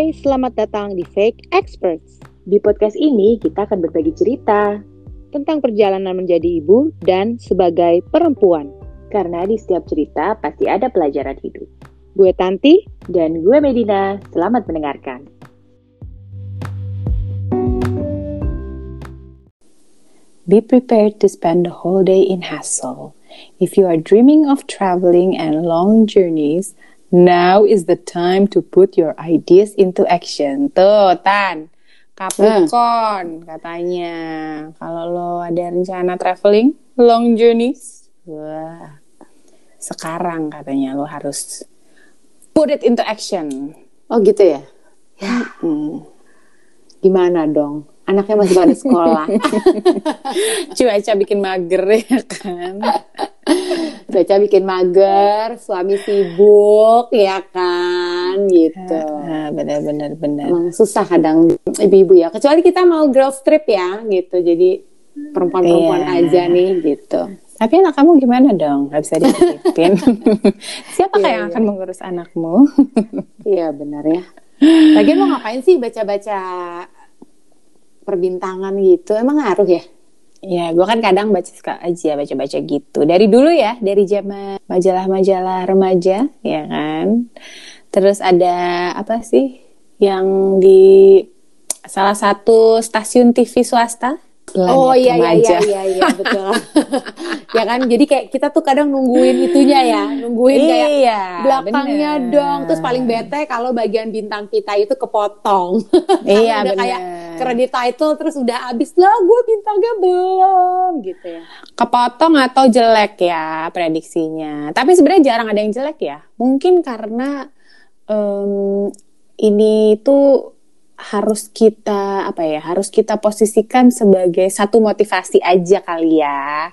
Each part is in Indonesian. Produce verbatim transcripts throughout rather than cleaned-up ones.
Hai, selamat datang di Fake Experts. Di podcast ini kita akan berbagi cerita tentang perjalanan menjadi ibu dan sebagai perempuan. Karena di setiap cerita pasti ada pelajaran hidup. Gue Tanti dan gue Medina. Selamat mendengarkan. Be prepared to spend the whole day in hassle. If you are dreaming of traveling and long journeys, now is the time to put your ideas into action. Tuh, Tan. Capricorn, hmm. katanya. Kalau lo ada rencana traveling, long journeys, wah, sekarang katanya lo harus put it into action. Oh gitu ya? Ya. Hmm. Gimana dong? Anaknya masih pada sekolah. Cuaca bikin mager ya kan? Cuaca bikin mager, suami sibuk ya kan, gitu. Ah, benar-benar benar. Emang susah kadang ibu-ibu ya. Kecuali kita mau girls trip ya, gitu. Jadi perempuan-perempuan yeah. aja nih, gitu. Tapi anak kamu gimana dong? Gak bisa dititipin. Siapakah yeah, yang yeah. akan mengurus anakmu? Iya benar ya. Lagian mau ngapain sih baca-baca perbintangan gitu? Emang ngaruh ya? Ya, gue kan kadang baca suka aja baca-baca gitu. Dari dulu ya, dari zaman majalah-majalah remaja, ya kan. Terus ada apa sih yang di salah satu stasiun T V swasta? Planet oh iya iya iya iya iya betul. Ya kan, jadi kayak kita tuh kadang nungguin itunya ya, nungguin kayak iya, belakangnya bener. Dong. Terus paling bete kalau bagian bintang kita itu kepotong. Iya udah bener. Kayak credit title terus udah habis lah, gue bintangnya belum gitu ya. Kepotong atau jelek ya prediksinya. Tapi sebenarnya jarang ada yang jelek ya. Mungkin karena um, ini tuh harus kita apa ya harus kita posisikan sebagai satu motivasi aja kali ya.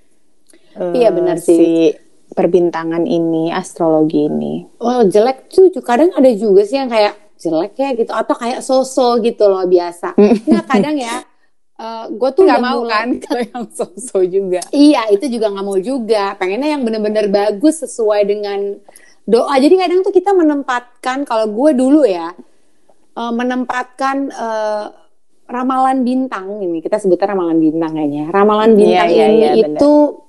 Uh, iya benar sih si perbintangan ini, astrologi ini. Oh jelek tuh kadang ada juga sih yang kayak jelek ya gitu atau kayak so-so gitu loh biasa. Nah kadang ya uh, gue tuh nggak mau mulai, kan kalau yang so-so juga. Iya itu juga nggak mau juga. Pengennya yang benar-benar bagus sesuai dengan doa. Jadi kadang tuh kita menempatkan kalau gue dulu ya. Uh, menempatkan uh, ramalan bintang ini kita sebutnya ramalan bintang kayaknya ramalan bintang yeah, yeah, ini yeah, itu bener.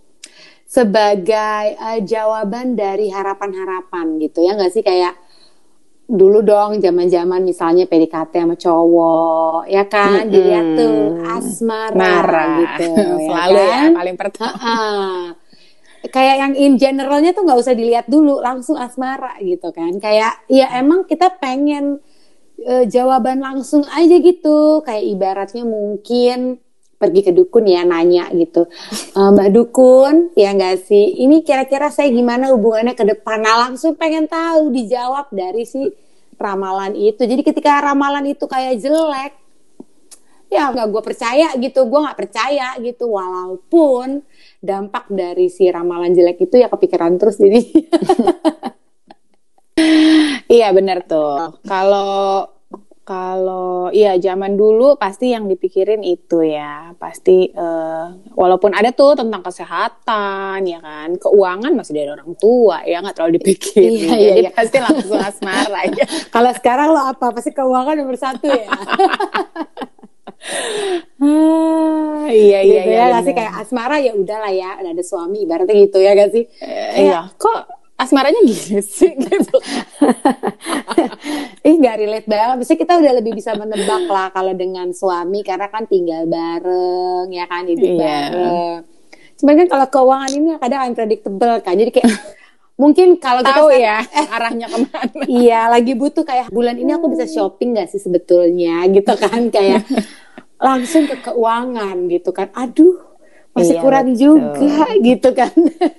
Sebagai uh, jawaban dari harapan-harapan gitu ya nggak sih kayak dulu dong zaman-zaman misalnya P D K T sama cowok ya kan mm-hmm. dilihat tuh asmara Marah. Gitu selalu ya, kan? Ya paling pertama uh-uh. Kayak yang in generalnya tuh nggak usah dilihat dulu langsung asmara gitu kan kayak ya emang kita pengen E, jawaban langsung aja gitu kayak ibaratnya mungkin pergi ke dukun ya nanya gitu e, Mbak Dukun ya nggak sih ini kira-kira saya gimana hubungannya ke depan nah langsung pengen tahu dijawab dari si ramalan itu jadi ketika ramalan itu kayak jelek ya nggak gue percaya gitu gue nggak percaya gitu walaupun dampak dari si ramalan jelek itu ya kepikiran terus jadi iya benar tuh. Kalau kalau iya zaman dulu pasti yang dipikirin itu ya pasti uh, walaupun ada tuh tentang kesehatan ya kan keuangan masih dari orang tua ya nggak terlalu dipikirin. Iya, iya, jadi iya. pasti langsung asmara ya. Kalau sekarang lo apa pasti keuangan nomor satu ya. ah, iya iya gitu iya. Ya sih kayak asmara ya udahlah ya ada suami ibaratnya gitu ya gak sih? Eh, iya kok asmaranya gini sih gitu. Ih gak relate banget. Maksudnya kita udah lebih bisa menebak lah kalau dengan suami karena kan tinggal bareng ya kan hidup yeah. bareng. Cuman kan kalau keuangan ini kadang unpredictable kan. Jadi kayak mungkin kalau kita tahu ya eh, arahnya kemana. Iya lagi butuh kayak bulan ini aku bisa shopping gak sih sebetulnya gitu kan kayak langsung ke keuangan gitu kan. Aduh masih iya, kurang betul. Juga gitu kan.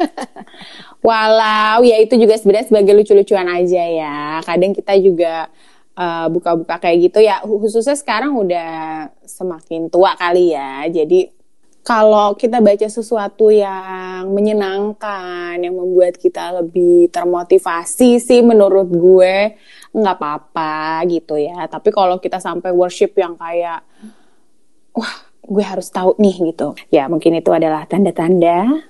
Walau ya itu juga sebenarnya sebagai lucu-lucuan aja ya. Kadang kita juga uh, buka-buka kayak gitu ya. Khususnya sekarang udah semakin tua kali ya. Jadi kalau kita baca sesuatu yang menyenangkan, yang membuat kita lebih termotivasi sih menurut gue nggak apa-apa gitu ya. Tapi kalau kita sampai worship yang kayak wah gue harus tahu nih gitu. Ya mungkin itu adalah tanda-tanda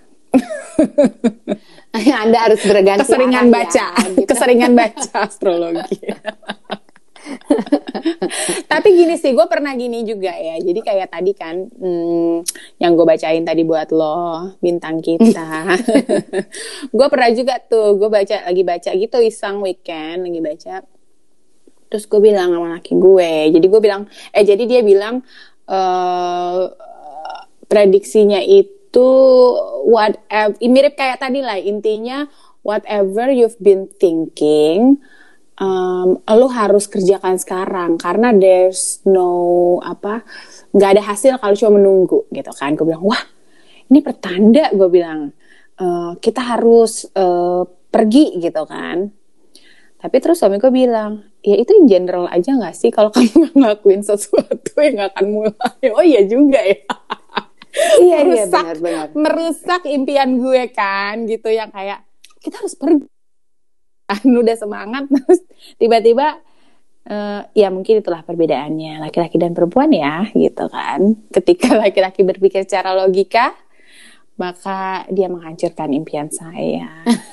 Anda harus berganti keseringan arah baca, ya, gitu. keseringan baca astrologi. Tapi gini sih, gue pernah gini juga ya. Jadi kayak tadi kan, hmm, yang gue bacain tadi buat lo, bintang kita. Gue pernah juga tuh, gue baca lagi baca gitu iseng weekend lagi baca. Terus gue bilang sama laki gue, jadi gue bilang, eh jadi dia bilang uh, prediksinya itu whatever, mirip kayak tadi lah, intinya whatever you've been thinking, um, lo harus kerjakan sekarang karena there's no apa, nggak ada hasil kalau cuma menunggu gitu kan. Gue bilang wah ini pertanda, gue bilang uh, kita harus uh, pergi gitu kan. Tapi terus suami gue bilang, ya itu in general aja gak sih kalau kamu gak ngelakuin sesuatu yang gak akan mulai. Oh iya juga ya. Iya, merusak, iya benar-benar. Merusak impian gue kan gitu, yang kayak kita harus pergi. Udah semangat terus tiba-tiba uh, ya mungkin itulah perbedaannya laki-laki dan perempuan ya gitu kan. Ketika laki-laki berpikir secara logika, maka dia menghancurkan impian saya.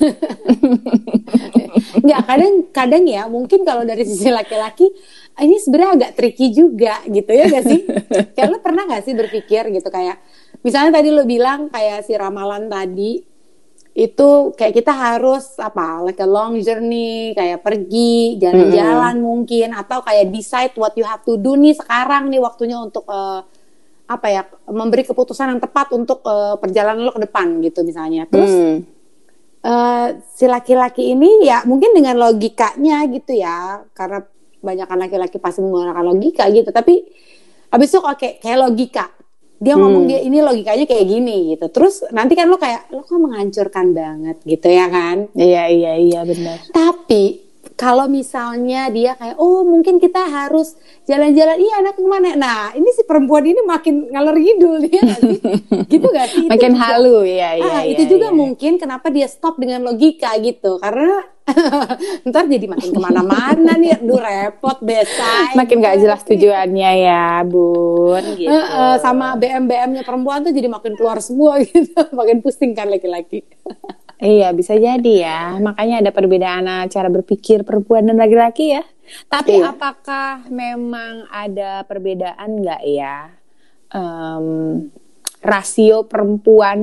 Nggak, kadang-kadang ya mungkin kalau dari sisi laki-laki ini sebenarnya agak tricky juga gitu ya gak sih? Kayak lo pernah gak sih berpikir gitu kayak misalnya tadi lo bilang kayak si ramalan tadi itu kayak kita harus apa like a long journey, kayak pergi jalan-jalan mm-hmm. mungkin, atau kayak decide what you have to do nih sekarang nih waktunya untuk uh, apa ya, memberi keputusan yang tepat untuk uh, perjalanan lo ke depan gitu misalnya. Terus hmm. uh, si laki-laki ini ya mungkin dengan logikanya gitu ya, karena banyak laki-laki pasti menggunakan logika gitu. Tapi abis itu kayak kayak logika, dia hmm. ngomong dia ini logikanya kayak gini gitu. Terus nanti kan lo kayak lo kok menghancurkan banget gitu ya kan? Iya iya iya benar. Tapi kalau misalnya dia kayak, oh mungkin kita harus jalan-jalan, iya anak kemana? Nah ini si perempuan ini makin ngalor ngidul dia gak sih? Gitu gak sih? Makin juga, halu ya. Iya, ah, iya, itu juga iya. mungkin kenapa dia stop dengan logika gitu. Karena ntar jadi makin kemana-mana nih, aduh repot besai. Makin gak jelas tujuannya ya bun. Gitu. Uh, uh, sama B M B M-nya perempuan tuh jadi makin keluar semua gitu. Makin pusing kan laki-laki. Iya bisa jadi ya, makanya ada perbedaan cara berpikir perempuan dan laki-laki ya. Tapi iya. Apakah memang ada perbedaan nggak ya um, rasio perempuan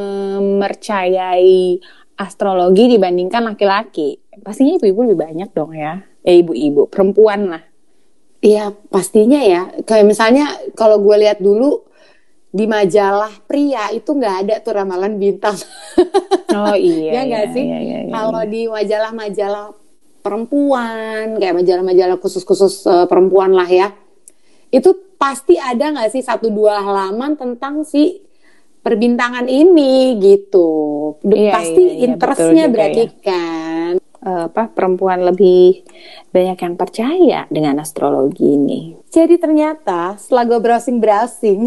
mempercayai astrologi dibandingkan laki-laki? Pastinya ibu-ibu lebih banyak dong ya, eh ibu-ibu perempuan lah. Iya pastinya ya, kayak misalnya kalau gue lihat dulu di majalah pria itu nggak ada tuh ramalan bintang. Oh iya. Ya nggak iya, sih? Iya, iya, iya. Kalau di majalah-majalah perempuan, kayak majalah-majalah khusus-khusus uh, perempuan lah ya, itu pasti ada nggak sih satu dua halaman tentang si perbintangan ini gitu. Iya, pasti iya, iya, interestnya berarti ya. kan. Uh, apa perempuan lebih banyak yang percaya dengan astrologi ini. Jadi ternyata setelah gue browsing-browsing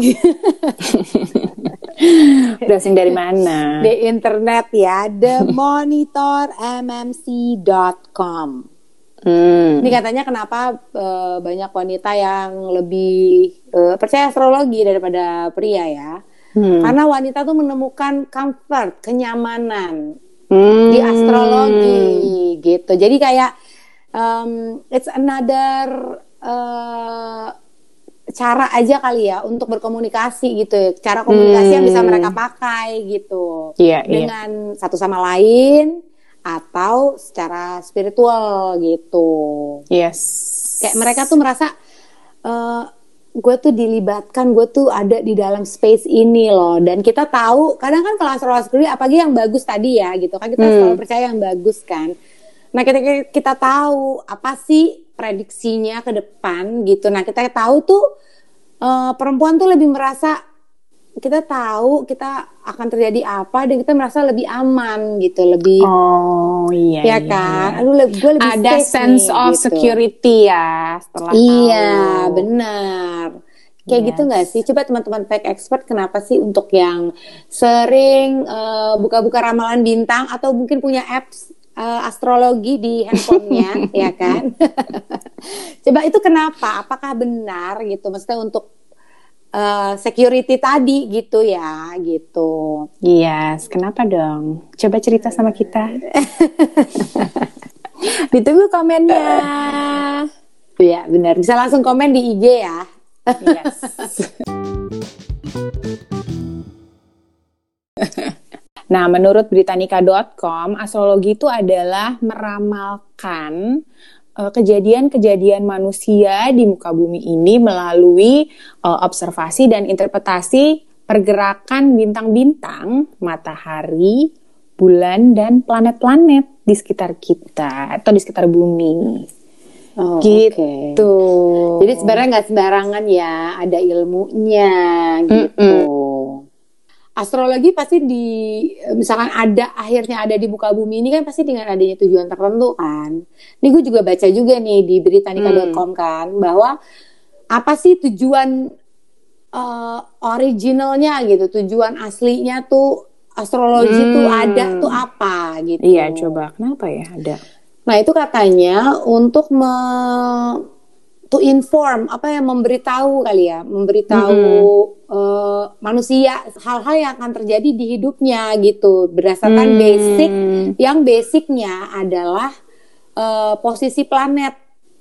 browsing dari mana? Di internet ya, the monitor m m c dot com. Hmm. Ini katanya kenapa uh, banyak wanita yang lebih uh, percaya astrologi daripada pria ya. Hmm. Karena wanita tuh menemukan comfort, kenyamanan hmm. di astrologi gitu. Jadi kayak um, it's another uh, cara aja kali ya untuk berkomunikasi gitu ya. Cara komunikasi hmm. yang bisa mereka pakai gitu. Yeah, dengan yeah. satu sama lain atau secara spiritual gitu. Yes. Kayak mereka tuh merasa uh, gue tuh dilibatkan, gue tuh ada di dalam space ini loh. Dan kita tahu, kadang kan kalau astrologi apalagi yang bagus tadi ya gitu kan, kita hmm. selalu percaya yang bagus kan. Nah ketika kita tahu apa sih prediksinya ke depan gitu, nah kita tahu tuh uh, perempuan tuh lebih merasa, kita tahu kita akan terjadi apa dan kita merasa lebih aman gitu, lebih oh iya ya iya, kan, iya. aduh gue lebih ada sense nih, of gitu. Security ya setelah iya tahu. Benar kayak yes. gitu nggak sih? Coba teman-teman fake expert kenapa sih untuk yang sering uh, buka-buka ramalan bintang atau mungkin punya apps uh, astrologi di handphonenya ya kan? Coba itu kenapa? Apakah benar gitu? Maksudnya untuk Uh, security tadi gitu ya gitu. Yes, kenapa dong? Coba cerita sama kita. Ditunggu komennya. Iya benar, bisa langsung komen di I G ya. Yes. Nah, menurut Britannica dot com, astrologi itu adalah meramalkan uh, kejadian-kejadian manusia di muka bumi ini melalui uh, observasi dan interpretasi pergerakan bintang-bintang, matahari, bulan, dan planet-planet di sekitar kita atau di sekitar bumi. Oh, gitu. Okay. Jadi sebenarnya nggak sembarangan ya, ada ilmunya gitu. Mm-mm. Astrologi pasti di, misalkan ada akhirnya ada di muka bumi ini kan pasti dengan adanya tujuan tertentu kan. Ini gue juga baca juga nih di Britannica dot com kan, bahwa apa sih tujuan uh, originalnya gitu, tujuan aslinya tuh astrologi hmm. tuh ada tuh apa gitu. Iya, coba kenapa ya ada? Nah itu katanya untuk me, to inform, apa ya, memberitahu kali ya, memberitahu mm-hmm. uh, manusia hal-hal yang akan terjadi di hidupnya gitu, berdasarkan mm. basic, yang basicnya adalah uh, posisi planet,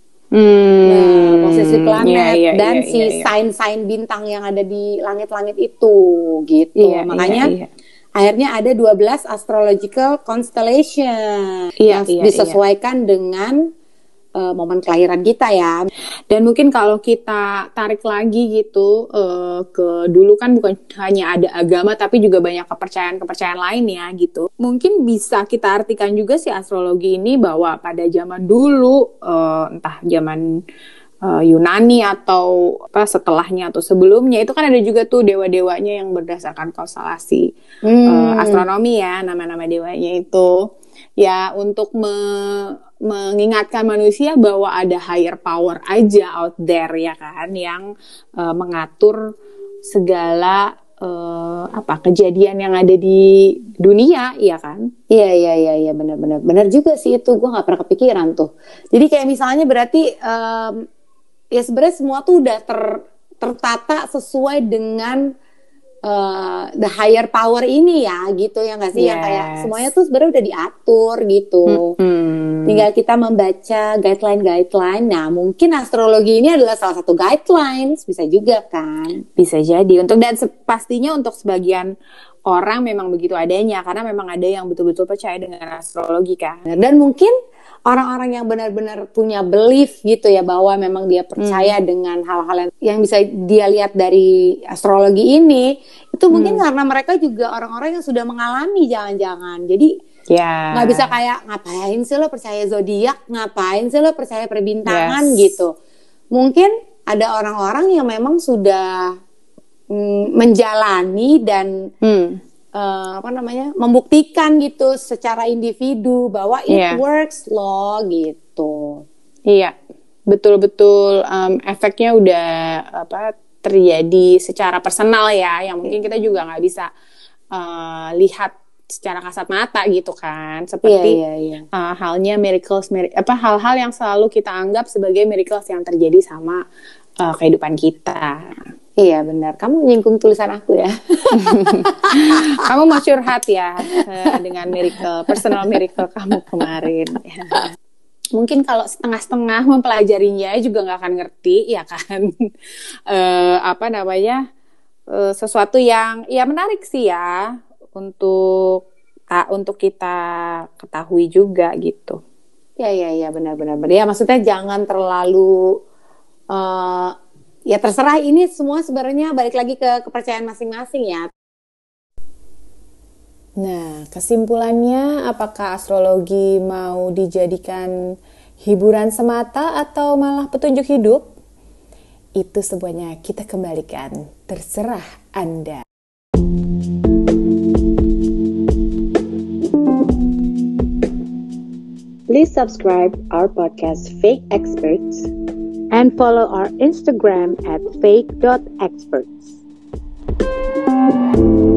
mm. nah, posisi planet yeah, yeah, dan yeah, si yeah, yeah. sign-sign bintang yang ada di langit-langit itu gitu, yeah, makanya. Yeah, yeah. Akhirnya ada dua belas astrological constellation iya, yang iya, disesuaikan iya. dengan uh, momen kelahiran kita ya. Dan mungkin kalau kita tarik lagi gitu uh, ke dulu kan bukan hanya ada agama tapi juga banyak kepercayaan-kepercayaan lain ya gitu. Mungkin bisa kita artikan juga si astrologi ini bahwa pada zaman dulu uh, entah zaman Uh, Yunani atau apa setelahnya atau sebelumnya itu kan ada juga tuh dewa-dewanya yang berdasarkan konstelasi hmm. uh, astronomi ya, nama-nama dewanya itu ya untuk me- mengingatkan manusia bahwa ada higher power aja out there ya kan yang uh, mengatur segala uh, apa kejadian yang ada di dunia ya kan. Iya iya iya iya benar-benar benar juga sih itu, gue nggak pernah kepikiran tuh. Jadi kayak misalnya berarti um, ya sebenarnya semua tuh udah ter, tertata sesuai dengan uh, the higher power ini ya gitu ya nggak sih yes. yang kayak semuanya tuh sebenarnya udah diatur gitu. Mm-hmm. Tinggal kita membaca guideline-guideline. Nah mungkin astrologi ini adalah salah satu guidelines, bisa juga kan? Bisa jadi untuk dan pastinya untuk sebagian orang memang begitu adanya karena memang ada yang betul-betul percaya dengan astrologi kan. Dan mungkin orang-orang yang benar-benar punya belief gitu ya bahwa memang dia percaya hmm. dengan hal-hal yang bisa dia lihat dari astrologi ini itu mungkin hmm. karena mereka juga orang-orang yang sudah mengalami jangan-jangan. Jadi yeah. nggak bisa kayak ngapain sih lo percaya zodiak, ngapain sih lo percaya perbintangan yes. gitu. Mungkin ada orang-orang yang memang sudah mm, menjalani dan hmm. Uh, apa namanya membuktikan gitu secara individu bahwa it yeah. works loh gitu. Iya betul-betul um, efeknya udah apa terjadi secara personal ya yang mungkin kita juga nggak bisa uh, lihat secara kasat mata gitu kan seperti yeah, yeah, yeah. Uh, halnya miracles mir- apa hal-hal yang selalu kita anggap sebagai miracles yang terjadi sama uh, kehidupan kita. Iya benar, kamu nyinggung tulisan aku ya. Kamu mau curhat ya dengan miracle, personal miracle kamu kemarin. Mungkin kalau setengah-setengah mempelajarinya juga nggak akan ngerti, ya kan? e, apa namanya e, sesuatu yang ya menarik sih ya untuk ta, untuk kita ketahui juga gitu. Ya ya ya benar-benar. Ya maksudnya jangan terlalu uh, ya terserah, ini semua sebenarnya balik lagi ke kepercayaan masing-masing ya. Nah, kesimpulannya apakah astrologi mau dijadikan hiburan semata atau malah petunjuk hidup? Itu semuanya kita kembalikan, terserah Anda. Please subscribe our podcast Fake Experts and follow our Instagram at fake dot experts.